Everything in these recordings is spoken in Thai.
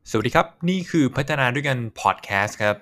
สวัสดีครับนี่คือพัฒนาด้วยกันพอดแคสต์ครับ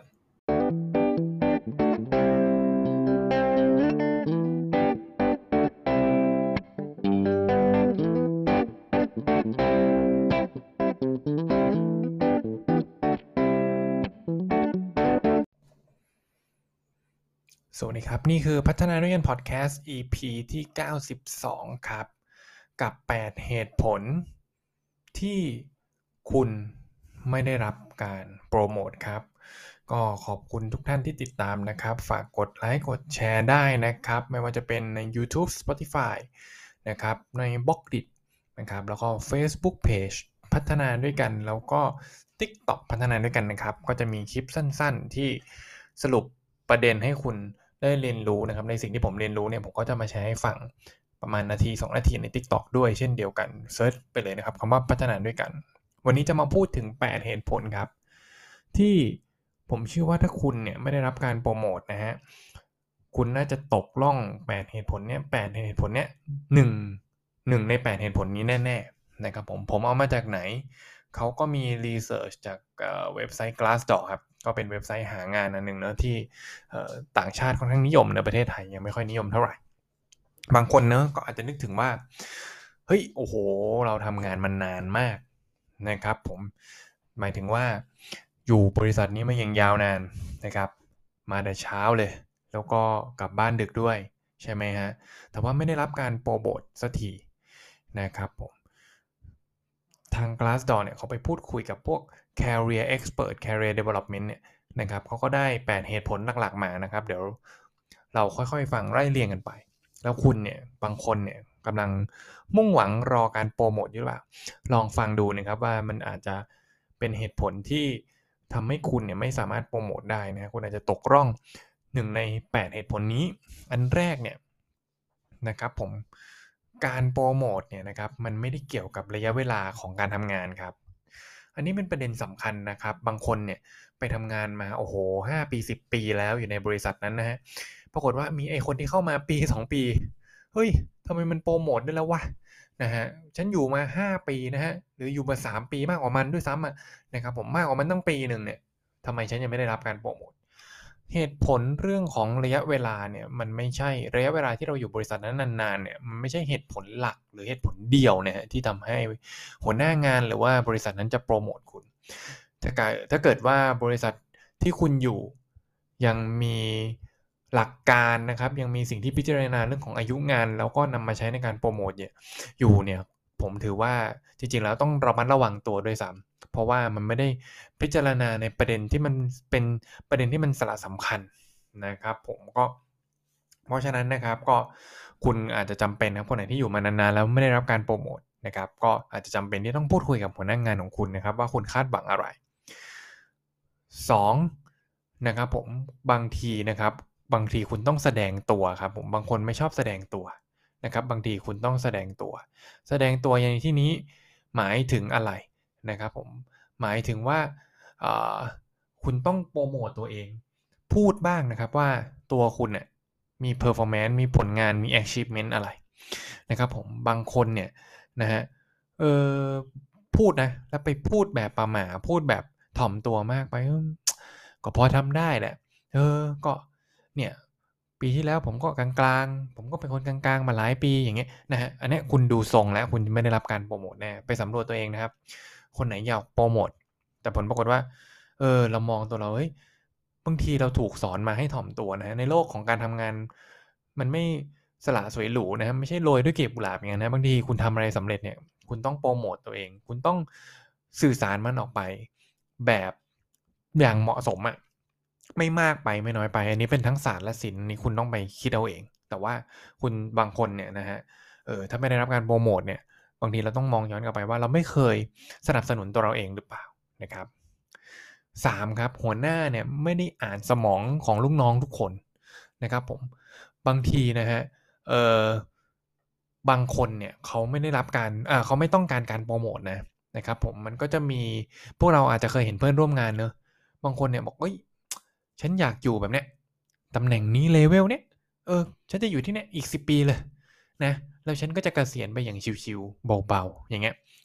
สวัสดีครับนี่คือพัฒนาด้วยกันพอดแคสต์ EP ที่92ครับกับ8เหตุผลที่คุณไม่ได้รับการโปรโมทครับก็ขอบคุณทุกท่านที่ติดตามนะครับฝากกดไลค์กดแชร์ได้นะครับไม่ว่าจะเป็นใน YouTube Spotify นะครับใน b ล็อกดินะครับแล้วก็ Facebook Page พัฒนาด้วยกันแล้วก็ TikTok พัฒนาด้วยกันนะครับก็จะมีคลิปสั้นๆที่สรุปประเด็นให้คุณได้เรียนรู้นะครับในสิ่งที่ผมเรียนรู้เนี่ยผมก็จะมาแชร์ให้ฟังประมาณนาที2นาทีใน TikTok ด้วยเช่นเดียวกันเซิร์ชไปเลยนะครับคำว่าพัฒนาด้วยกันวันนี้จะมาพูดถึง8เหตุผลครับที่ผมเชื่อว่าถ้าคุณเนี่ยไม่ได้รับการโปรโมทนะฮะคุณน่าจะตกล่อง8เหตุผลเนี่ย8เหตุผลเนี่ย1ใน8เหตุผลนี้แน่ๆนะครับผมเอามาจากไหนเขาก็มีรีเสิร์ชจากเว็บไซต์ Glassdoor ครับก็เป็นเว็บไซต์หางานอันหนึ่งเนอะที่ต่างชาติค่อนข้างนิยมในประเทศไทยยังไม่ค่อยนิยมเท่าไหร่บางคนเนอะก็อาจจะนึกถึงว่าเฮ้ยโอ้โหเราทำงานมานานมากนะครับผมหมายถึงว่าอยู่บริษัทนี้มาอย่างยาวนานนะครับมาแต่เช้าเลยแล้วก็กลับบ้านดึกด้วยใช่ไหมฮะแต่ว่าไม่ได้รับการโปรโมทสักทีนะครับผมทาง Glassdoor เนี่ยเขาไปพูดคุยกับพวก Career Expert Career Development เนี่ยนะครับเขาก็ได้8เหตุผลหลักๆมานะครับเดี๋ยวเราค่อยๆฟังไล่เรียงกันไปแล้วคุณเนี่ยบางคนเนี่ยกำลังมุ่งหวังรอการโปรโมทอยู่หรือเปล่าลองฟังดูนะครับว่ามันอาจจะเป็นเหตุผลที่ทำให้คุณเนี่ยไม่สามารถโปรโมทได้นะคุณอาจจะตกร่อง1ใน8เหตุผลนี้อันแรกเนี่ยนะครับผมการโปรโมทเนี่ยนะครับมันไม่ได้เกี่ยวกับระยะเวลาของการทำงานครับอันนี้เป็นประเด็นสำคัญนะครับบางคนเนี่ยไปทำงานมาโอ้โห5ปี10ปีแล้วอยู่ในบริษัทนั้นนะฮะปรากฏว่ามีไอ้คนที่เข้ามาปี2ปีเฮ้ยทำไมมันโปรโมทได้แล้ววะนะฮะฉันอยู่มา5ปีนะฮะหรืออยู่มา3ปีมากกว่ามันด้วยซ้ำอะนะครับผมมากกว่ามันตั้งปีหนึ่งเนี่ยทำไมฉันยังไม่ได้รับการโปรโมท เหตุผลเรื่องของระยะเวลาเนี่ยมันไม่ใช่ระยะเวลาที่เราอยู่บริษัทนั้นนานๆเนี่ยมันไม่ใช่เหตุผลหลักหรือเหตุผลเดียวนะฮะที่ทำให้หัวหน้างานหรือว่าบริษัทนั้นจะโปรโมทคุณถ้าเกิดว่าบริษัทที่คุณอยู่ยังมีหลักการนะครับยังมีสิ่งที่พิจารณาเรื่องของอายุงานแล้วก็นำมาใช้ในการโปรโมทเนี่ยอยู่เนี่ยผมถือว่าจริงๆแล้วต้องระมัดระวังตัวด้วยซ้ำเพราะว่ามันไม่ได้พิจารณาในประเด็นที่มันเป็นประเด็นที่มันสาระสำคัญนะครับผมก็เพราะฉะนั้นนะครับก็คุณอาจจะจำเป็นครับคนไหนที่อยู่มานานๆแล้วไม่ได้รับการโปรโมทนะครับก็อาจจะจำเป็นที่ต้องพูดคุยกับหัวหน้างานของคุณนะครับว่าคุณคาดหวังอะไร2นะครับผมบางทีนะครับบางทีคุณต้องแสดงตัวครับผมบางคนไม่ชอบแสดงตัวนะครับบางทีคุณต้องแสดงตัวแสดงตัวในที่นี้หมายถึงอะไรนะครับผมหมายถึงว่าอ่าคุณต้องโปรโมตตัวเองพูดบ้างนะครับว่าตัวคุณเนี่ยมี performance มีผลงานมี achievement อะไรนะครับผมบางคนเนี่ยนะฮะ เออพูดนะแล้วไปพูดแบบประหม่าพูดแบบถ่อมตัวมากไปก็พอทำได้แหละก็เนี่ยปีที่แล้วผมก็กลางๆผมก็เป็นคนกลางๆมาหลายปีอย่างเงี้ยนะฮะอันเนี้ยคุณดูทรงแล้วคุณไม่ได้รับการโปรโมทแน่ไปสำรวจตัวเองนะครับคนไหนอยากโปรโมทแต่ผลปรากฏว่าเรามองตัวเราเฮ้ยบางทีเราถูกสอนมาให้ถ่อมตัวนะในโลกของการทำงานมันไม่สละสวยหรูนะครับไม่ใช่โรยด้วยกลีบกุหลาบอย่างนั้นนะบางทีคุณทำอะไรสำเร็จเนี่ย คุณต้องโปรโมตตัวเอง คุณต้องสื่อสารมันออกไปแบบอย่างเหมาะสมอะไม่มากไปไม่น้อยไปอันนี้เป็นทั้งศาสตร์และศิลป์นี่คุณต้องไปคิดเอาเองแต่ว่าคุณบางคนเนี่ยนะฮะถ้าไม่ได้รับการโปรโมทเนี่ยบางทีเราต้องมองย้อนกลับไปว่าเราไม่เคยสนับสนุนตัวเราเองหรือเปล่านะครับ3ครับหัวหน้าเนี่ยไม่ได้อ่านสมองของลูกน้องทุกคนนะครับผมบางทีนะฮะเอ่อบางคนเนี่ยเขาไม่ได้รับการเขาไม่ต้องการการโปรโมทนะครับผมมันก็จะมีพวกเราอาจจะเคยเห็นเพื่อนร่วมงานเนอะบางคนเนี่ยบอกเฮ้ยฉันอยากอยู่แบบเนี้ยตำแหน่งนี้ level เนี้ยฉันจะอยู่ที่เนี่ยอีก10ปีเลยนะแล้วฉันก็จะเกษียณไปอย่างชิลๆเบาๆอย่างเงี้ย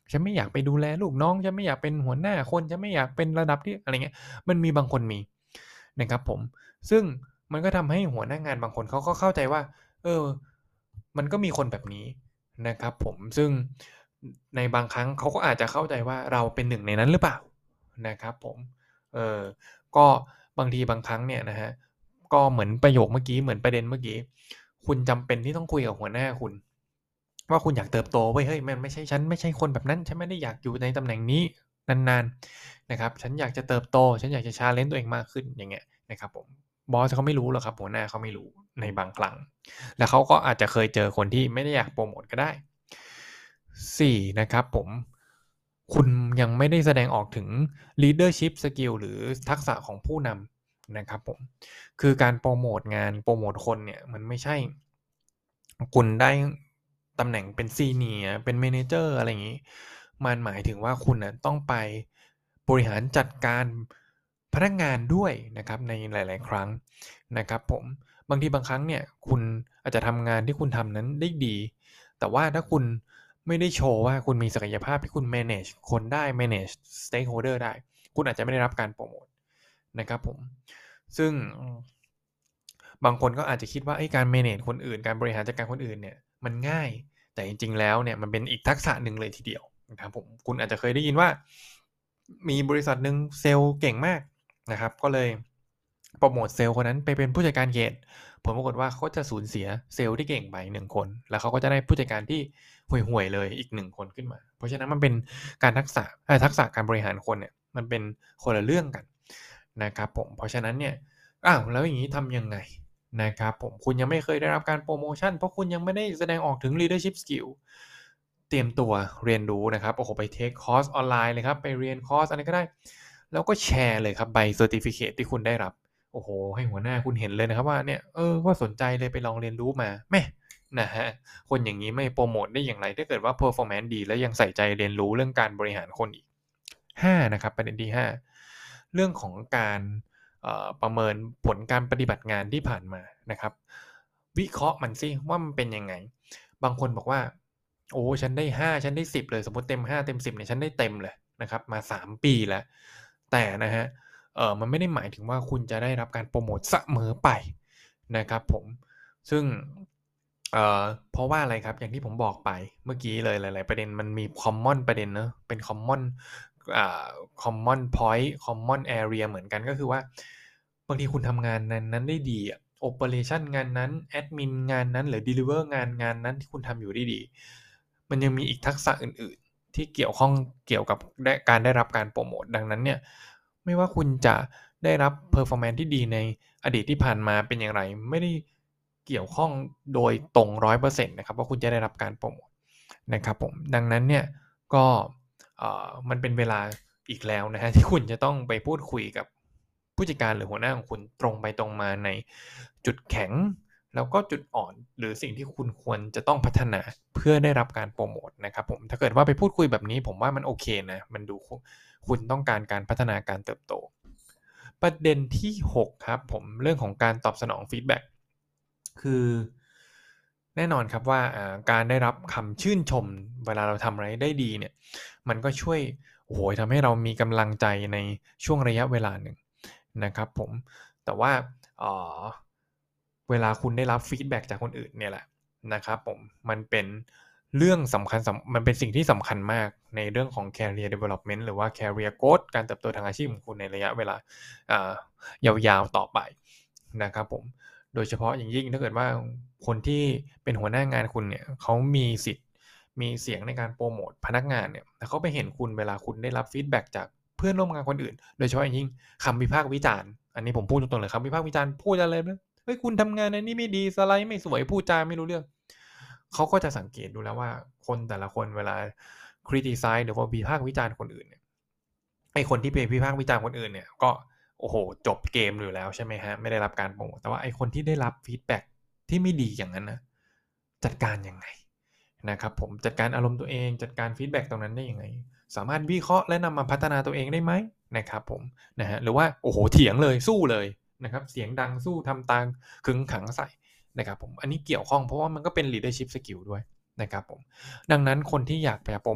ฉันไม่อยากไปดูแลลูกน้องฉันไม่อยากเป็นหัวหน้าคนฉันไม่อยากเป็นระดับที่อะไรเงี้ยมันมีบางคนมีนะครับผมซึ่งมันก็ทำให้หัวหน้างานบางคนเขาก็เข้าใจว่ามันก็มีคนแบบนี้นะครับผมซึ่งในบางครั้งเขาก็อาจจะเข้าใจว่าเราเป็นหนึ่งในนั้นหรือเปล่านะครับผมเออก็บางทีบางครั้งเนี่ยนะฮะก็เหมือนประโยคเมื่อกี้เหมือนประเด็นเมื่อกี้คุณจำเป็นที่ต้องคุยกับหัวหน้าคุณว่าคุณอยากเติบโตเว้ยเฮ้ยมันไม่ใช่ฉันไม่ใช่คนแบบนั้นฉันไม่ได้อยากอยู่ในตำแหน่งนี้นานๆนะครับฉันอยากจะเติบโตฉันอยากจะ challenge ตัวเองมากขึ้นอย่างเงี้ยนะครับผมบอสเขาไม่รู้หรอกครับหัวหน้าเขาไม่รู้ในบางครั้งแล้วเขาก็อาจจะเคยเจอคนที่ไม่ได้อยากโปรโมทก็ได้4นะครับผมคุณยังไม่ได้แสดงออกถึง leadership skill หรือทักษะของผู้นำนะครับผมคือการโปรโมทงานโปรโมทคนเนี่ยมันไม่ใช่คุณได้ตำแหน่งเป็น Senior เป็น Manager อะไรอย่างงี้มันหมายถึงว่าคุณน่ะต้องไปบริหารจัดการพนักงานด้วยนะครับในหลายๆครั้งนะครับผมบางทีบางครั้งเนี่ยคุณอาจจะทำงานที่คุณทำนั้นได้ดีแต่ว่าถ้าคุณไม่ได้โชว์ว่าคุณมีศักยภาพที่คุณ manage คนได้ manage stakeholder ได้คุณอาจจะไม่ได้รับการโปรโมทนะครับผมซึ่งบางคนก็อาจจะคิดว่าการ manage คนอื่นการบริหารจัดการคนอื่นเนี่ยมันง่ายแต่จริงๆแล้วเนี่ยมันเป็นอีกทักษะหนึ่งเลยทีเดียวนะครับผมคุณอาจจะเคยได้ยินว่ามีบริษัทหนึ่งเซลล์เก่งมากนะครับก็เลยโปรโมทเซลล์คนนั้นไปเป็นผู้จัดการเขตผลปรากฏว่าเขาจะสูญเสียเซลล์ที่เก่งไป1คนแล้วเขาก็จะได้ผู้จัดการที่ห่วยๆเลยอีก1คนขึ้นมาเพราะฉะนั้นมันเป็นการทักษะการบริหารคนเนี่ยมันเป็นคนละเรื่องกันนะครับผมเพราะฉะนั้นเนี่ยแล้วอย่างนี้ทำยังไงนะครับผมคุณยังไม่เคยได้รับการโปรโมชั่นเพราะคุณยังไม่ได้แสดงออกถึง leadership skill เตรียมตัวเรียนรู้นะครับโอ้โหไปเทคคอร์สออนไลน์เลยครับไปเรียนคอร์สอะไรก็ได้แล้วก็แชร์เลยครับใบเซอร์ติฟิเคตที่คุณได้รับโอ้โหให้หัวหน้าคุณเห็นเลยนะครับว่าเนี่ยว่าสนใจเลยไปลองเรียนรู้มาแม่นะฮะคนอย่างนี้ไม่โปรโมทได้อย่างไรถ้าเกิดว่า performance ดีแล้วยังใส่ใจเรียนรู้เรื่องการบริหารคนอีก5นะครับประเด็นที่5เรื่องของการประเมินผลการปฏิบัติงานที่ผ่านมานะครับวิเคราะห์มันสิว่ามันเป็นยังไงบางคนบอกว่าโอ้ฉันได้5ฉันได้10เลยสมมติเต็ม5เต็ม10เนี่ยฉันได้เต็มเลยนะครับมา3ปีแล้วแต่นะฮะมันไม่ได้หมายถึงว่าคุณจะได้รับการโปรโมทเสมอไปนะครับผมซึ่งเพราะว่าอะไรครับอย่างที่ผมบอกไปเมื่อกี้เลยหลายๆประเด็นมันมี common ประเด็นเนาะเป็น commonอ่า common point common area เหมือนกันก็คือว่าบางทีคุณทำงานนั้นได้ดีอะ operation งานนั้นแอดมินงานนั้นหรือ deliver งานนั้นที่คุณทำอยู่ได้ดีมันยังมีอีกทักษะอื่นๆที่เกี่ยวข้องเกี่ยวกับการได้รับการโปรโมทดังนั้นเนี่ยไม่ว่าคุณจะได้รับ performance ที่ดีในอดีตที่ผ่านมาเป็นอย่างไรไม่ได้เกี่ยวข้องโดยตรง 100% นะครับว่าคุณจะได้รับการโปรโมทนะครับผมดังนั้นเนี่ยก็มันเป็นเวลาอีกแล้วนะฮะที่คุณจะต้องไปพูดคุยกับผู้จัดการหรือหัวหน้าของคุณตรงไปตรงมาในจุดแข็งแล้วก็จุดอ่อนหรือสิ่งที่คุณควรจะต้องพัฒนาเพื่อได้รับการโปรโมทนะครับผมถ้าเกิดว่าไปพูดคุยแบบนี้ผมว่ามันโอเคนะมันดูคุณต้องการการพัฒนาการเติบโตประเด็นที่6ครับผมเรื่องของการตอบสนองฟีดแบ็กคือแน่นอนครับว่าการได้รับคำชื่นชมเวลาเราทำอะไรได้ดีเนี่ยมันก็ช่วยโอ้โหทำให้เรามีกำลังใจในช่วงระยะเวลาหนึ่งนะครับผมแต่ว่าเอ่อเวลาคุณได้รับฟีดแบ็กจากคนอื่นเนี่ยแหละนะครับผมมันเป็นเรื่องสำคัญมันเป็นสิ่งที่สำคัญมากในเรื่องของ career development หรือว่า career growth การเติบโตทางอาชีพของคุณในระยะเวลายาวๆต่อไปนะครับผม โดยเฉพาะอย่างยิ่งถ้าเกิดว่าคนที่เป็นหัวหน้างานคุณเนี่ยเขามีสิทธิ์มีเสียงในการโปรโมทพนักงานเนี่ยแต่เขาไปเห็นคุณเวลาคุณได้รับฟีดแบ็กจากเพื่อนร่วมงานคนอื่นโดยเฉพาะอย่างยิ่งคำวิพากษ์วิจารณ์อันนี้ผมพูดตรงๆเลยคำวิพากษ์วิจารณ์พูดอะไรนะเฮ้ยคุณทำงานอันนี้ไม่ดีสไลด์ไม่สวยพูดจาไม่รู้เรื่องเขาก็จะสังเกตดูแล้วว่าคนแต่ละคนเวลา criticize หรือว่าวิพากษ์วิจารณ์คนอื่นเนี่ยไอคนที่ไปวิพากษ์วิจารณ์คนอื่นเนี่ยก็ โอ้โหจบเกมอยู่แล้วใช่ไหมฮะไม่ได้รับการโปรโมทแต่ว่าไอคนที่ได้รับฟีดแบ็กที่ไม่ดีอย่างนั้นนะจัดการยังไงนะครับผมจัดการอารมณ์ตัวเองจัดการฟีดแบ็กตรงนั้นได้ยังไงสามารถวิเคราะห์และนำมาพัฒนาตัวเองได้ไหมนะครับผมนะฮะหรือว่าโอ้โหเถียงเลยสู้เลยนะครับเสียงดังสู้ทำตามขึงขังใส่นะครับผมอันนี้เกี่ยวข้องเพราะว่ามันก็เป็น leadership skill ด้วยนะครับผมดังนั้นคนที่อยากไปโปรโมท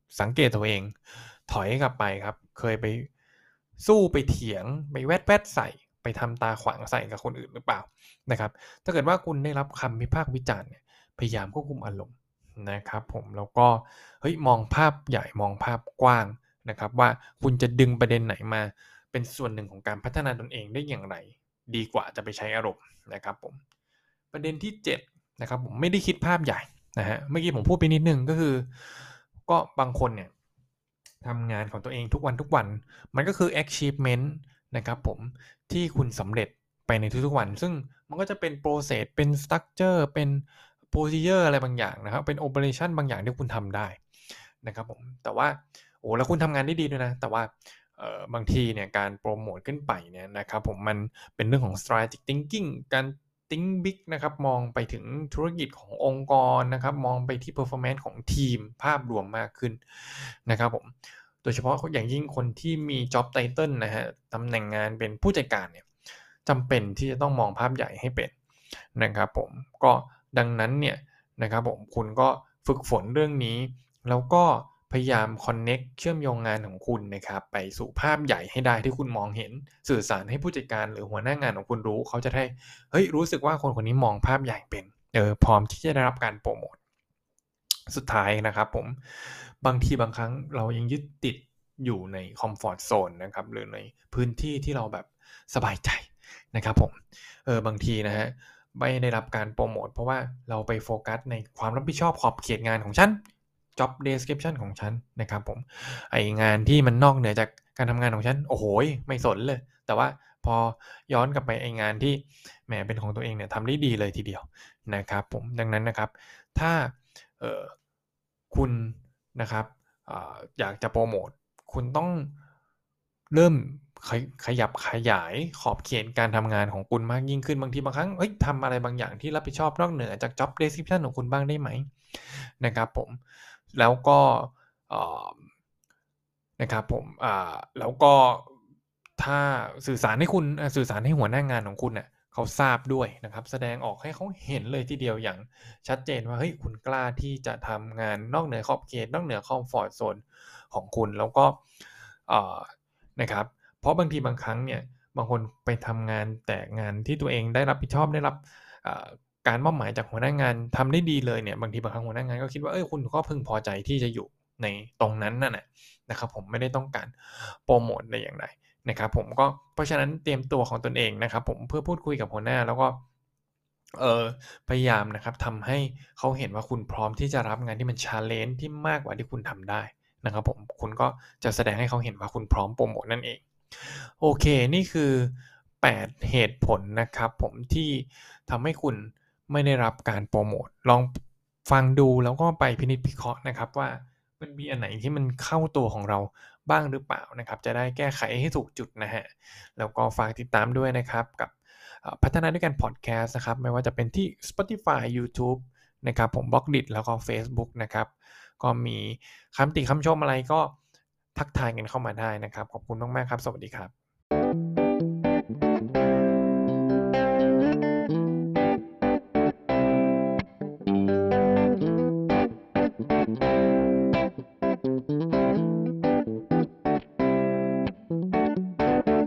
สังเกตตัวเองถอยกลับไปครับเคยไปสู้ไปเถียงไปแวดใส่ไปทำตาขวางใส่กับคนอื่นหรือเปล่านะครับถ้าเกิดว่าคุณได้รับคำวิพากษ์วิจารณ์เนี่ยพยายามควบคุมอารมณ์นะครับผมแล้วก็มองภาพใหญ่มองภาพกว้างนะครับว่าคุณจะดึงประเด็นไหนมาเป็นส่วนหนึ่งของการพัฒนาตนเองได้อย่างไรดีกว่าจะไปใช้อารมณ์นะครับผมประเด็นที่7นะครับผมไม่ได้คิดภาพใหญ่นะฮะเมื่อกี้ผมพูดไปนิดนึงก็คือก็บางคนเนี่ยทำงานของตัวเองทุกวันมันก็คือ achievement นะครับผมที่คุณสำเร็จไปในทุกๆวันซึ่งมันก็จะเป็น process เป็น structure เป็น procedure อะไรบางอย่างนะครับเป็น operation บางอย่างที่คุณทำได้นะครับผมแต่ว่าแล้วคุณทำงานได้ดีด้วยนะแต่ว่าบางทีเนี่ยการโปรโมทขึ้นไปเนี่ยนะครับผมมันเป็นเรื่องของ strategic thinking การ think big นะครับมองไปถึงธุรกิจขององค์กรนะครับมองไปที่ performance ของทีมภาพรวมมากขึ้นนะครับผมโดยเฉพาะอย่างยิ่งคนที่มี job title นะฮะตำแหน่งงานเป็นผู้จัดการเนี่ยจำเป็นที่จะต้องมองภาพใหญ่ให้เป็นนะครับผมก็ดังนั้นเนี่ยนะครับผมคุณก็ฝึกฝนเรื่องนี้แล้วก็พยายาม connect เชื่อมโยงงานของคุณนะครับไปสู่ภาพใหญ่ให้ได้ที่คุณมองเห็นสื่อสารให้ผู้จัดการหรือหัวหน้างานของคุณรู้เขาจะได้รู้สึกว่าคนคนนี้มองภาพใหญ่เป็นพร้อมที่จะได้รับการโปรโมทสุดท้ายนะครับผมบางทีบางครั้งเรายังยึดติดอยู่ในคอมฟอร์ตโซนนะครับหรือในพื้นที่ที่เราแบบสบายใจนะครับผมบางทีนะฮะไม่ได้รับการโปรโมทเพราะว่าเราไปโฟกัสในความรับผิดชอบขอบเขตงานของฉัน job description ของฉันนะครับผมไองานที่มันนอกเหนือจากการทำงานของฉันโอ้โหไม่สนเลยแต่ว่าพอย้อนกลับไปไองานที่แหมเป็นของตัวเองเนี่ยทำได้ดีเลยทีเดียวนะครับผมดังนั้นนะครับถ้าคุณนะครับอยากจะโปรโมทคุณต้องเริ่มขยับขยายขอบเขตการทำงานของคุณมากยิ่งขึ้นบางทีบางครั้งทำอะไรบางอย่างที่รับผิดชอบนอกเหนือจาก job description ของคุณบ้างได้ไหมนะครับผมแล้วก็นะครับผมแล้วก็ถ้าสื่อสารให้คุณสื่อสารให้หัวหน้างานของคุณเนี่ยเขาทราบด้วยนะครับแสดงออกให้เขาเห็นเลยทีเดียวอย่างชัดเจนว่าเฮ้ยคุณกล้าที่จะทำงานนอกเหนือขอบเขตนอกเหนือคอมฟอร์ตโซนของคุณแล้วก็นะครับเพราะบางทีบางครั้งเนี่ยบางคนไปทำงานแต่งานที่ตัวเองได้รับผิดชอบได้รับการมอบหมายจากหัวหน้างานทำได้ดีเลยเนี่ยบางทีบางครั้งหัวหน้างานก็คิดว่าคุณก็พึงพอใจที่จะอยู่ในตรงนั้นน่ะนะครับผมไม่ได้ต้องการโปรโมทแต่อย่างใดนะครับผมก็เพราะฉะนั้นเตรียมตัวของตนเองนะครับผมเพื่อพูดคุยกับหัวหน้าแล้วก็พยายามนะครับทำให้เขาเห็นว่าคุณพร้อมที่จะรับงานที่มัน challenge ที่มากกว่าที่คุณทำได้นะครับผมคุณก็จะแสดงให้เขาเห็นว่าคุณพร้อมโปรโมทนั่นเองโอเคนี่คือ8เหตุผลนะครับผมที่ทำให้คุณไม่ได้รับการโปรโมทลองฟังดูแล้วก็ไปพินิจพิเคราะห์นะครับว่ามันมีอันไหนที่มันเข้าตัวของเราบ้างหรือเปล่านะครับจะได้แก้ไขให้ถูกจุดนะฮะแล้วก็ฝากติดตามด้วยนะครับกับพัฒนาด้วยกันพอดแคสต์นะครับไม่ว่าจะเป็นที่ Spotify YouTube นะครับผม Blogdit แล้วก็ Facebook นะครับก็มีคำติคำชมอะไรก็ทักทายกันเข้ามาได้นะครับขอบคุณมากๆครับสวัสดีครับ